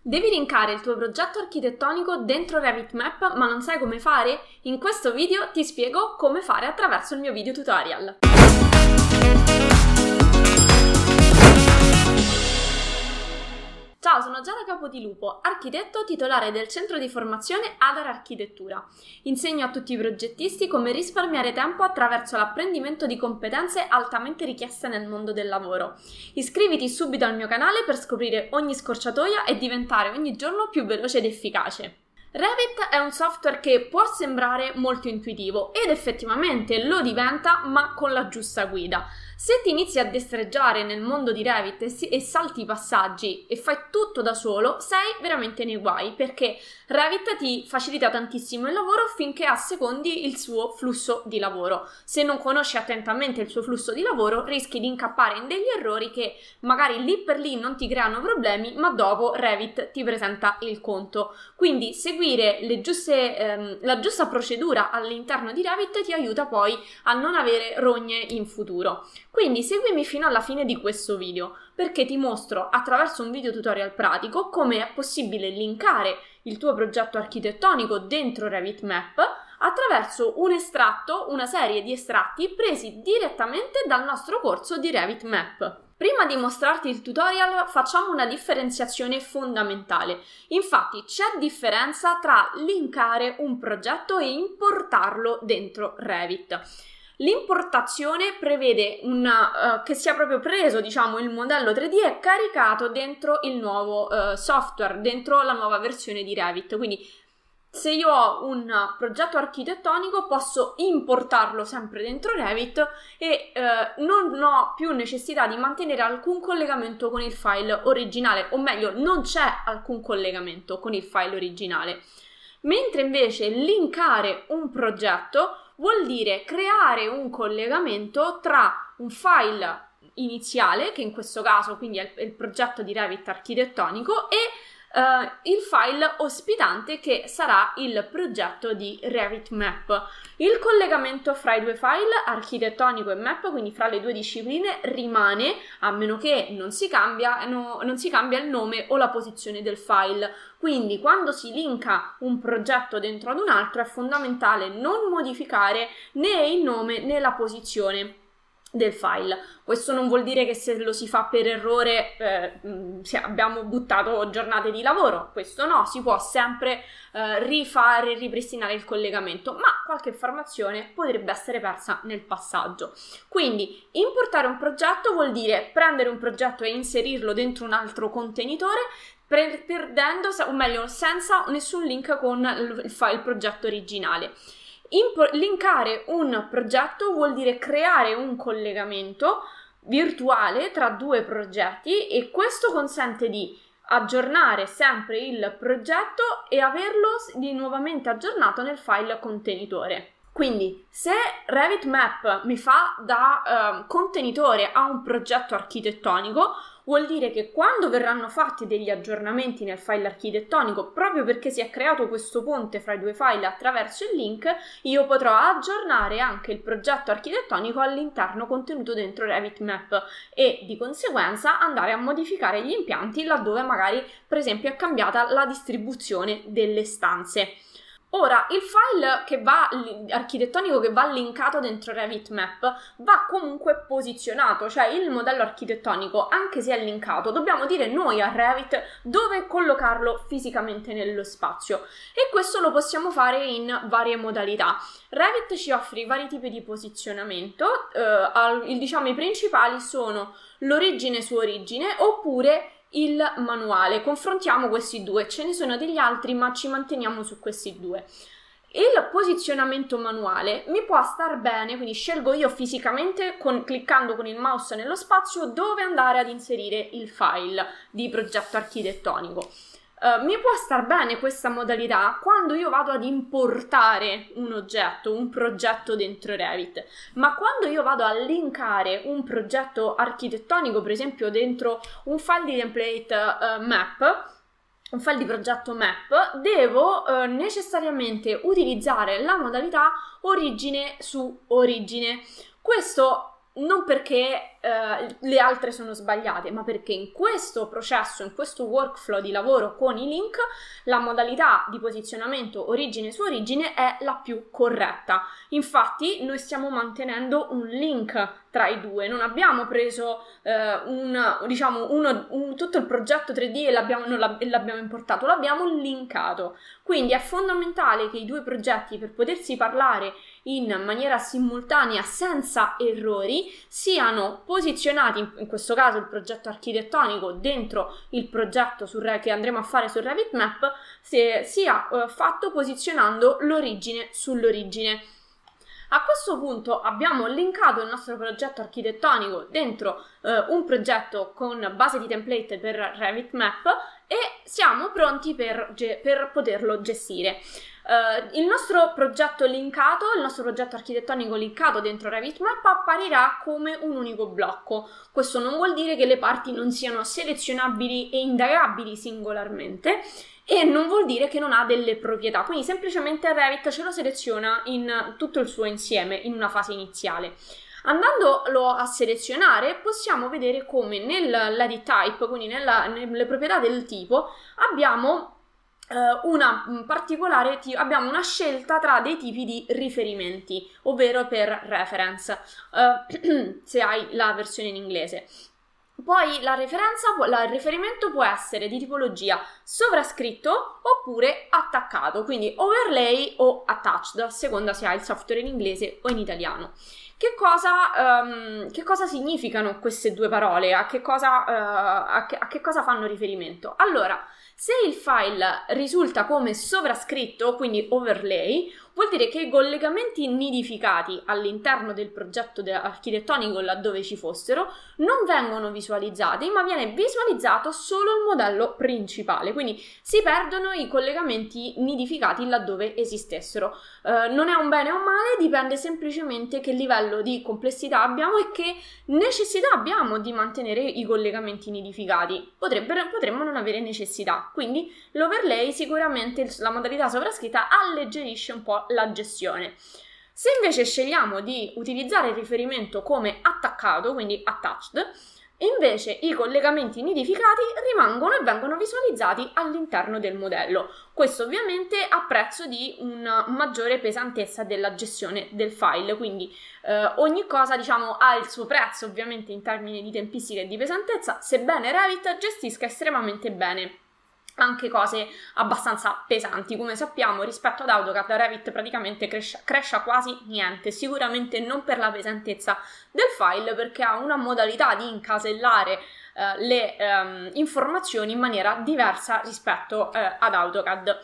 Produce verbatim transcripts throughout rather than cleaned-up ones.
Devi linkare il tuo progetto architettonico dentro Revit Map, ma non sai come fare? In questo video ti spiego come fare attraverso il mio video tutorial. Ciao, sono Giada Capodilupo, architetto titolare del centro di formazione Adar Architettura. Insegno a tutti i progettisti come risparmiare tempo attraverso l'apprendimento di competenze altamente richieste nel mondo del lavoro. Iscriviti subito al mio canale per scoprire ogni scorciatoia e diventare ogni giorno più veloce ed efficace. Revit è un software che può sembrare molto intuitivo ed effettivamente lo diventa, ma con la giusta guida. Se ti inizi a destreggiare nel mondo di Revit e, si- e salti i passaggi e fai tutto da solo, sei veramente nei guai, perché Revit ti facilita tantissimo il lavoro finché assecondi il suo flusso di lavoro. Se non conosci attentamente il suo flusso di lavoro, rischi di incappare in degli errori che magari lì per lì non ti creano problemi, ma dopo Revit ti presenta il conto. Quindi seguire le giuste, ehm, la giusta procedura all'interno di Revit ti aiuta poi a non avere rogne in futuro. Quindi seguimi fino alla fine di questo video, perché ti mostro attraverso un video tutorial pratico come è possibile linkare il tuo progetto architettonico dentro Revit Map attraverso un estratto, una serie di estratti presi direttamente dal nostro corso di Revit Map. Prima di mostrarti il tutorial facciamo una differenziazione fondamentale. Infatti c'è differenza tra linkare un progetto e importarlo dentro Revit. L'importazione prevede una, uh, che sia proprio preso, diciamo, il modello tre D e caricato dentro il nuovo uh, software, dentro la nuova versione di Revit. Quindi se io ho un progetto architettonico posso importarlo sempre dentro Revit e uh, non ho più necessità di mantenere alcun collegamento con il file originale, o meglio, non c'è alcun collegamento con il file originale. Mentre invece linkare un progetto vuol dire creare un collegamento tra un file iniziale, che in questo caso quindi è il progetto di Revit architettonico, e uh, il file ospitante, che sarà il progetto di Revit Map. Il collegamento fra i due file, architettonico e Map, quindi fra le due discipline, rimane, a meno che non si cambia, no, non si cambia il nome o la posizione del file. Quindi quando si linka un progetto dentro ad un altro è fondamentale non modificare né il nome né la posizione del file. Questo non vuol dire che se lo si fa per errore eh, abbiamo buttato giornate di lavoro, questo no, si può sempre eh, rifare e ripristinare il collegamento, ma qualche informazione potrebbe essere persa nel passaggio. Quindi importare un progetto vuol dire prendere un progetto e inserirlo dentro un altro contenitore, perdendo, o meglio senza nessun link con il, file, il progetto originale. Impo- linkare un progetto vuol dire creare un collegamento virtuale tra due progetti, e questo consente di aggiornare sempre il progetto e averlo di nuovamente aggiornato nel file contenitore. Quindi se Revit Map mi fa da uh, contenitore a un progetto architettonico, vuol dire che quando verranno fatti degli aggiornamenti nel file architettonico, proprio perché si è creato questo ponte fra i due file attraverso il link, io potrò aggiornare anche il progetto architettonico all'interno contenuto dentro Revit Map e di conseguenza andare a modificare gli impianti laddove magari per esempio è cambiata la distribuzione delle stanze. Ora, il file che va architettonico che va linkato dentro Revit Map va comunque posizionato, cioè il modello architettonico, anche se è linkato, dobbiamo dire noi a Revit dove collocarlo fisicamente nello spazio, e questo lo possiamo fare in varie modalità. Revit ci offre vari tipi di posizionamento, eh, il, diciamo i principali sono l'origine su origine oppure il manuale. Confrontiamo questi due, ce ne sono degli altri ma ci manteniamo su questi due. Il posizionamento manuale mi può star bene, quindi scelgo io fisicamente con, cliccando con il mouse nello spazio dove andare ad inserire il file di progetto architettonico. Uh, mi può star bene questa modalità quando io vado ad importare un oggetto, un progetto dentro Revit, ma quando io vado a linkare un progetto architettonico, per esempio dentro un file di template uh, map, un file di progetto map, devo uh, necessariamente utilizzare la modalità origine su origine. Questo non perché eh, le altre sono sbagliate, ma perché in questo processo, in questo workflow di lavoro con i link, la modalità di posizionamento origine su origine è la più corretta. Infatti noi stiamo mantenendo un link tra i due, non abbiamo preso eh, un, diciamo, uno, un, tutto il progetto tre D e l'abbiamo, non l'ab- e l'abbiamo importato, l'abbiamo linkato. Quindi è fondamentale che i due progetti, per potersi parlare in maniera simultanea senza errori, siano posizionati, in questo caso il progetto architettonico dentro il progetto su Re- che andremo a fare su Revit Map, se, sia eh, fatto posizionando l'origine sull'origine. A questo punto abbiamo linkato il nostro progetto architettonico dentro eh, un progetto con base di template per Revit Map e siamo pronti per, ge- per poterlo gestire. Uh, il nostro progetto linkato, il nostro progetto architettonico linkato dentro Revit Map apparirà come un unico blocco. Questo non vuol dire che le parti non siano selezionabili e indagabili singolarmente, e non vuol dire che non ha delle proprietà, quindi semplicemente Revit ce lo seleziona in tutto il suo insieme in una fase iniziale. Andandolo a selezionare possiamo vedere come nell'edit type, quindi nella, nelle proprietà del tipo, abbiamo una particolare t- abbiamo una scelta tra dei tipi di riferimenti, ovvero per reference, uh, se hai la versione in inglese. Poi la referenza, la, il riferimento può essere di tipologia sovrascritto oppure attaccato, quindi overlay o attached, a seconda se hai il software in inglese o in italiano. Che cosa, um, che cosa significano queste due parole? A che cosa, uh, a che, a che cosa fanno riferimento? Allora, se il file risulta come sovrascritto, quindi overlay, vuol dire che i collegamenti nidificati all'interno del progetto architettonico, laddove ci fossero, non vengono visualizzati, ma viene visualizzato solo il modello principale, quindi si perdono i collegamenti nidificati laddove esistessero. Eh, non è un bene o un male, dipende semplicemente che livello di complessità abbiamo e che necessità abbiamo di mantenere i collegamenti nidificati. Potrebbero, potremmo non avere necessità, quindi l'overlay sicuramente, la modalità sovrascritta, alleggerisce un po' la gestione. Se invece scegliamo di utilizzare il riferimento come attaccato, quindi attached, invece i collegamenti nidificati rimangono e vengono visualizzati all'interno del modello. Questo ovviamente a prezzo di una maggiore pesantezza della gestione del file, quindi eh, ogni cosa, diciamo, ha il suo prezzo ovviamente in termini di tempistica e di pesantezza, sebbene Revit gestisca estremamente bene anche cose abbastanza pesanti. Come sappiamo, rispetto ad AutoCAD, Revit praticamente cresce, cresce quasi niente, sicuramente non per la pesantezza del file, perché ha una modalità di incasellare eh, le ehm, informazioni in maniera diversa rispetto eh, ad AutoCAD.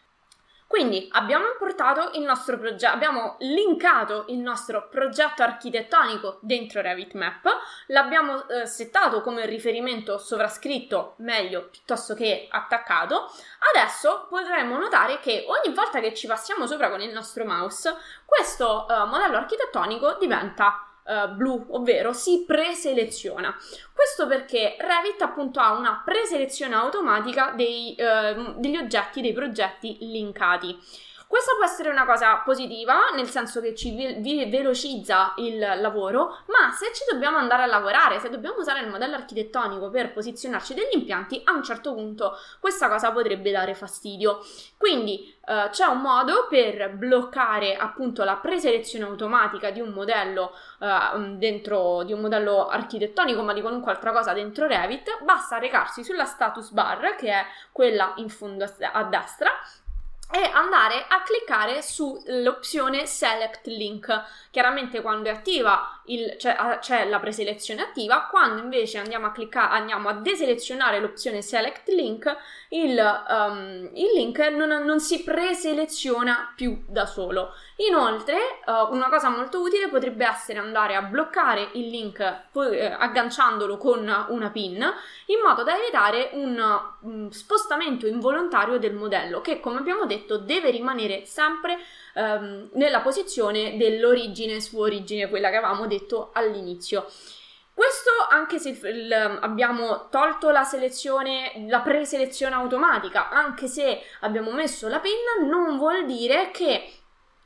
Quindi abbiamo importato il nostro progetto, abbiamo linkato il nostro progetto architettonico dentro Revit Map, l'abbiamo eh, settato come riferimento sovrascritto, meglio, piuttosto che attaccato. Adesso potremo notare che ogni volta che ci passiamo sopra con il nostro mouse, questo eh, modello architettonico diventa Uh, blu, ovvero si preseleziona. Questo perché Revit appunto ha una preselezione automatica dei, uh, degli oggetti, dei progetti linkati. Questa può essere una cosa positiva, nel senso che ci ve- vi- velocizza il lavoro, ma se ci dobbiamo andare a lavorare, se dobbiamo usare il modello architettonico per posizionarci degli impianti, a un certo punto questa cosa potrebbe dare fastidio. Quindi eh, c'è un modo per bloccare appunto la preselezione automatica di un modello eh, dentro di un modello architettonico, ma di qualunque altra cosa dentro Revit. Basta recarsi sulla status bar, che è quella in fondo a destra, e andare a cliccare sull'opzione Select Link. Chiaramente quando è attiva il, cioè, c'è la preselezione attiva, quando invece andiamo a cliccare, andiamo a deselezionare l'opzione Select Link, il, um, il link non, non si preseleziona più da solo. Inoltre, uh, una cosa molto utile potrebbe essere andare a bloccare il link poi, eh, agganciandolo con una pin, in modo da evitare un um, spostamento involontario del modello, che, come abbiamo detto, deve rimanere sempre um, nella posizione dell'origine su origine, quella che avevamo detto all'inizio. Questo anche se il, abbiamo tolto la selezione, la preselezione automatica, anche se abbiamo messo la pin, non vuol dire che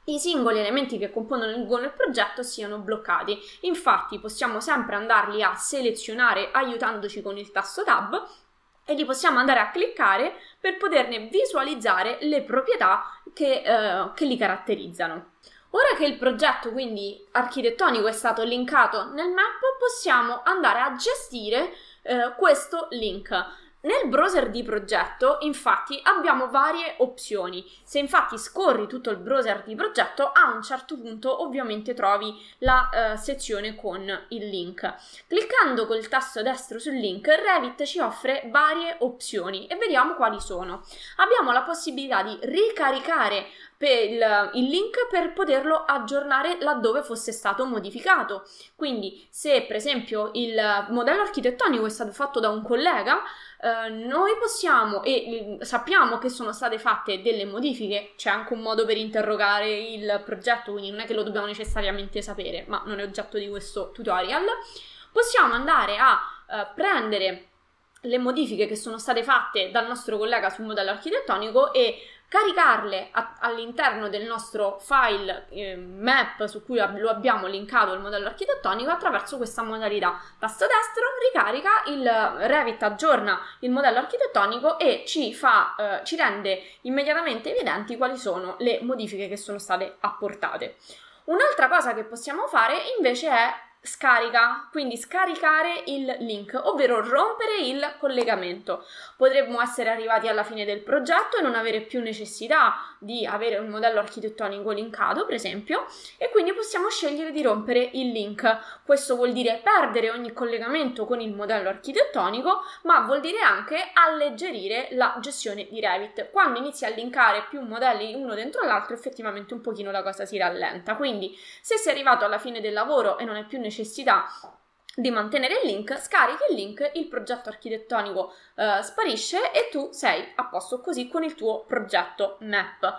i singoli elementi che compongono il progetto siano bloccati. Infatti possiamo sempre andarli a selezionare aiutandoci con il tasto Tab e li possiamo andare a cliccare per poterne visualizzare le proprietà che, eh, che li caratterizzano. Ora che il progetto quindi architettonico è stato linkato nel map, possiamo andare a gestire eh, questo link. Nel browser di progetto, infatti, abbiamo varie opzioni. Se infatti scorri tutto il browser di progetto, a un certo punto ovviamente trovi la eh, sezione con il link. Cliccando col tasto destro sul link, Revit ci offre varie opzioni e vediamo quali sono. Abbiamo la possibilità di ricaricare il, il link per poterlo aggiornare laddove fosse stato modificato. Quindi se per esempio il modello architettonico è stato fatto da un collega, Uh, noi possiamo e eh, sappiamo che sono state fatte delle modifiche, c'è anche un modo per interrogare il progetto, quindi non è che lo dobbiamo necessariamente sapere, ma non è oggetto di questo tutorial. Possiamo andare a uh, prendere le modifiche che sono state fatte dal nostro collega sul modello architettonico e caricarle a, all'interno del nostro file eh, map su cui ab- lo abbiamo linkato il modello architettonico attraverso questa modalità. Tasto destro, ricarica, il Revit aggiorna il modello architettonico e ci fa, eh, ci rende immediatamente evidenti quali sono le modifiche che sono state apportate. Un'altra cosa che possiamo fare invece è scarica, quindi scaricare il link, ovvero rompere il collegamento. Potremmo essere arrivati alla fine del progetto e non avere più necessità di avere un modello architettonico linkato, per esempio, e quindi possiamo scegliere di rompere il link. Questo vuol dire perdere ogni collegamento con il modello architettonico, ma vuol dire anche alleggerire la gestione di Revit. Quando inizi a linkare più modelli uno dentro l'altro, effettivamente un pochino la cosa si rallenta. Quindi, se sei arrivato alla fine del lavoro e non hai più necessità necessità di mantenere il link, scarichi il link, il progetto architettonico eh, sparisce e tu sei a posto così con il tuo progetto map.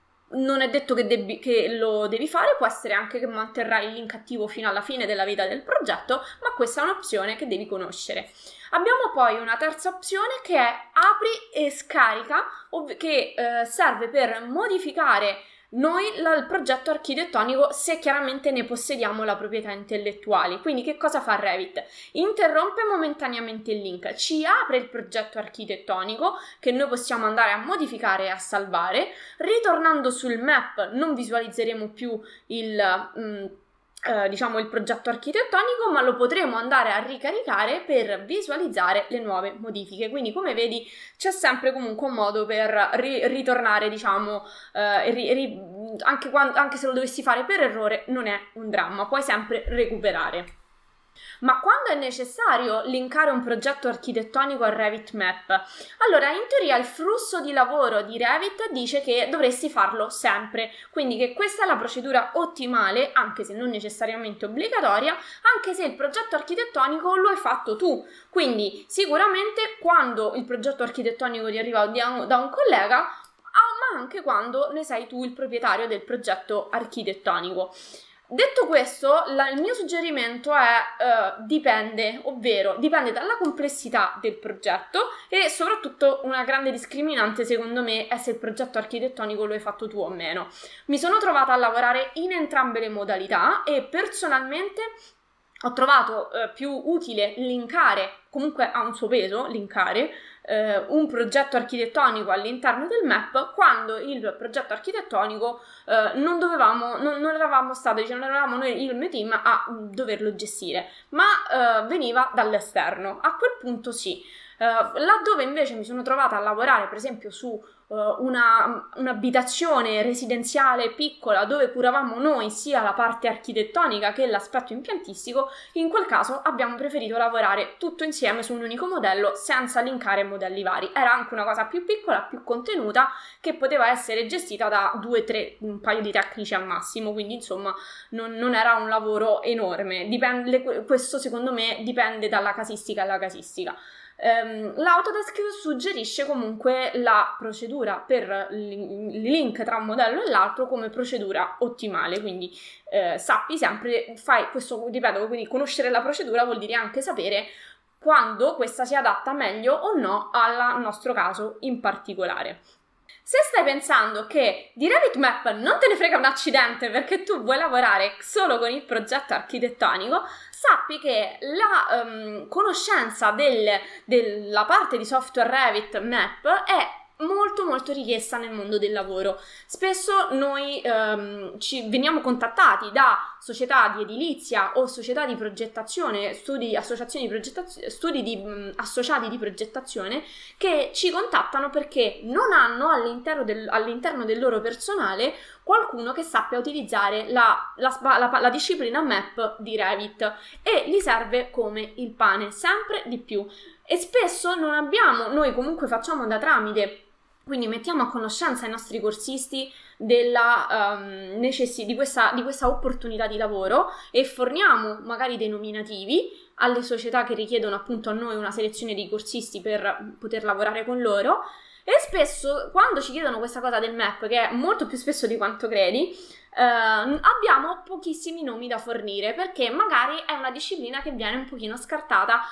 Non è detto che, devi, che lo devi fare, può essere anche che manterrai il link attivo fino alla fine della vita del progetto, ma questa è un'opzione che devi conoscere. Abbiamo poi una terza opzione che è apri e scarica, ov- che eh, serve per modificare noi la, il progetto architettonico se chiaramente ne possediamo la proprietà intellettuale. Quindi che cosa fa Revit? Interrompe momentaneamente il link, ci apre il progetto architettonico che noi possiamo andare a modificare e a salvare. Ritornando sul map non visualizzeremo più il... Mm, Eh, diciamo il progetto architettonico, ma lo potremo andare a ricaricare per visualizzare le nuove modifiche. Quindi come vedi c'è sempre comunque un modo per ri- ritornare, diciamo, eh, ri- ri- anche, quando, anche se lo dovessi fare per errore non è un dramma, puoi sempre recuperare. Ma quando è necessario linkare un progetto architettonico a Revit Map? Allora, in teoria il flusso di lavoro di Revit dice che dovresti farlo sempre, quindi che questa è la procedura ottimale, anche se non necessariamente obbligatoria, anche se il progetto architettonico lo hai fatto tu. Quindi sicuramente quando il progetto architettonico ti arriva da un collega, ma anche quando ne sei tu il proprietario del progetto architettonico. Detto questo, la, il mio suggerimento è uh, dipende, ovvero dipende dalla complessità del progetto e soprattutto una grande discriminante secondo me è se il progetto architettonico lo hai fatto tu o meno. Mi sono trovata a lavorare in entrambe le modalità e personalmente ho trovato uh, più utile linkare, comunque ha un suo peso, linkare, Uh, un progetto architettonico all'interno del map quando il progetto architettonico uh, non dovevamo, non, non eravamo stati, cioè non eravamo noi, io e il mio team a um, doverlo gestire, ma uh, veniva dall'esterno. A quel punto sì. Uh, laddove invece mi sono trovata a lavorare per esempio su uh, una, un'abitazione residenziale piccola dove curavamo noi sia la parte architettonica che l'aspetto impiantistico, in quel caso abbiamo preferito lavorare tutto insieme su un unico modello senza linkare modelli vari. Era anche una cosa più piccola, più contenuta, che poteva essere gestita da due, tre, un paio di tecnici al massimo, quindi insomma non, non era un lavoro enorme. Dipende, questo secondo me dipende dalla casistica alla casistica. Um, L'Autodesk suggerisce comunque la procedura per il link tra un modello e l'altro come procedura ottimale, quindi eh, sappi sempre, fai questo, ripeto, quindi conoscere la procedura vuol dire anche sapere quando questa si adatta meglio o no al nostro caso in particolare. Se stai pensando che di Revit Map non te ne frega un accidente perché tu vuoi lavorare solo con il progetto architettonico, sappi che la um, conoscenza del, della parte di software Revit Map è molto molto richiesta nel mondo del lavoro. Spesso noi ehm, ci veniamo contattati da società di edilizia o società di progettazione, studi, associazioni di progettazione, studi di, mh, associati di progettazione che ci contattano perché non hanno all'interno del, all'interno del loro personale qualcuno che sappia utilizzare la, la, la, la disciplina Map di Revit e gli serve come il pane, sempre di più. E spesso non abbiamo, noi comunque facciamo da tramite, quindi mettiamo a conoscenza i nostri corsisti della, um, necessi- di, questa, di questa opportunità di lavoro e forniamo magari dei nominativi alle società che richiedono appunto a noi una selezione di corsisti per poter lavorare con loro. E spesso quando ci chiedono questa cosa del M A P, che è molto più spesso di quanto credi, eh, abbiamo pochissimi nomi da fornire perché magari è una disciplina che viene un pochino scartata,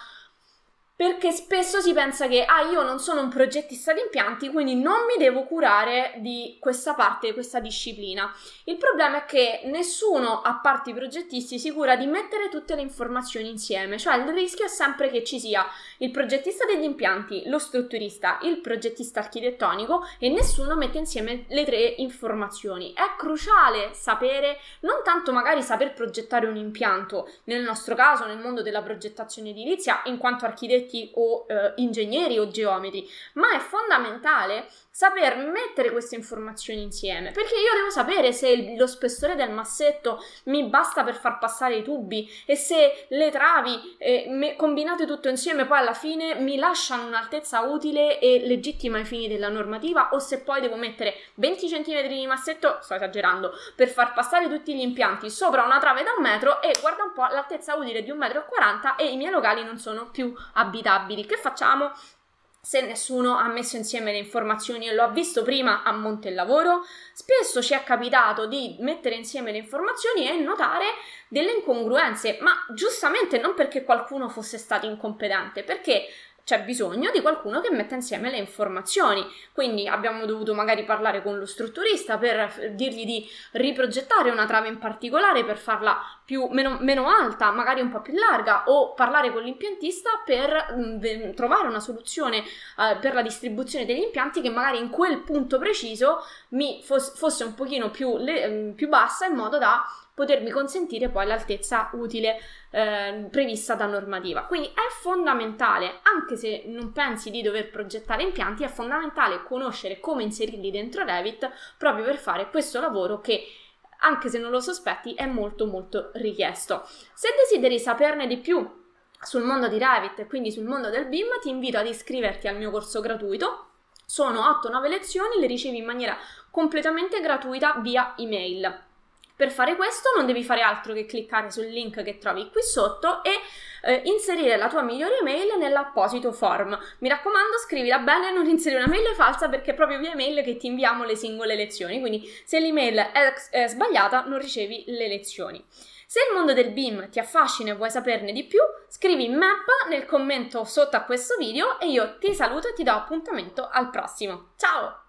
perché spesso si pensa che ah io non sono un progettista di impianti, quindi non mi devo curare di questa parte, di questa disciplina. Il problema è che nessuno, a parte i progettisti, si cura di mettere tutte le informazioni insieme, cioè il rischio è sempre che ci sia il progettista degli impianti, lo strutturista, il progettista architettonico e nessuno mette insieme le tre informazioni. È cruciale sapere, non tanto magari saper progettare un impianto, nel nostro caso nel mondo della progettazione edilizia, in quanto architetti o eh, ingegneri o geometri, ma è fondamentale saper mettere queste informazioni insieme, perché io devo sapere se il, lo spessore del massetto mi basta per far passare i tubi e se le travi eh, me, combinate tutto insieme poi alla fine mi lasciano un'altezza utile e legittima ai fini della normativa, o se poi devo mettere venti centimetri di massetto, sto esagerando, per far passare tutti gli impianti sopra una trave da un metro e guarda un po' l'altezza utile di un metro e quaranta e i miei locali non sono più abitabili. Che facciamo? Se nessuno ha messo insieme le informazioni e lo ha visto prima a monte il lavoro, spesso ci è capitato di mettere insieme le informazioni e notare delle incongruenze, ma giustamente non perché qualcuno fosse stato incompetente, perché c'è bisogno di qualcuno che metta insieme le informazioni. Quindi abbiamo dovuto magari parlare con lo strutturista per dirgli di riprogettare una trave in particolare per farla più, meno, meno alta, magari un po' più larga, o parlare con l'impiantista per mh, trovare una soluzione eh, per la distribuzione degli impianti che magari in quel punto preciso mi fosse, fosse un pochino più, le, più bassa, in modo da potermi consentire poi l'altezza utile eh, prevista da normativa. Quindi è fondamentale, anche se non pensi di dover progettare impianti, è fondamentale conoscere come inserirli dentro Revit proprio per fare questo lavoro che, anche se non lo sospetti, è molto molto richiesto. Se desideri saperne di più sul mondo di Revit e quindi sul mondo del B I M, ti invito ad iscriverti al mio corso gratuito. Sono otto nove lezioni, le ricevi in maniera completamente gratuita via email. Per fare questo non devi fare altro che cliccare sul link che trovi qui sotto e eh, inserire la tua migliore email nell'apposito form. Mi raccomando, scrivila bene, non inserire una mail falsa, perché è proprio via email che ti inviamo le singole lezioni, quindi se l'email è, è sbagliata non ricevi le lezioni. Se il mondo del B I M ti affascina e vuoi saperne di più, scrivi M A P nel commento sotto a questo video e io ti saluto e ti do appuntamento al prossimo. Ciao!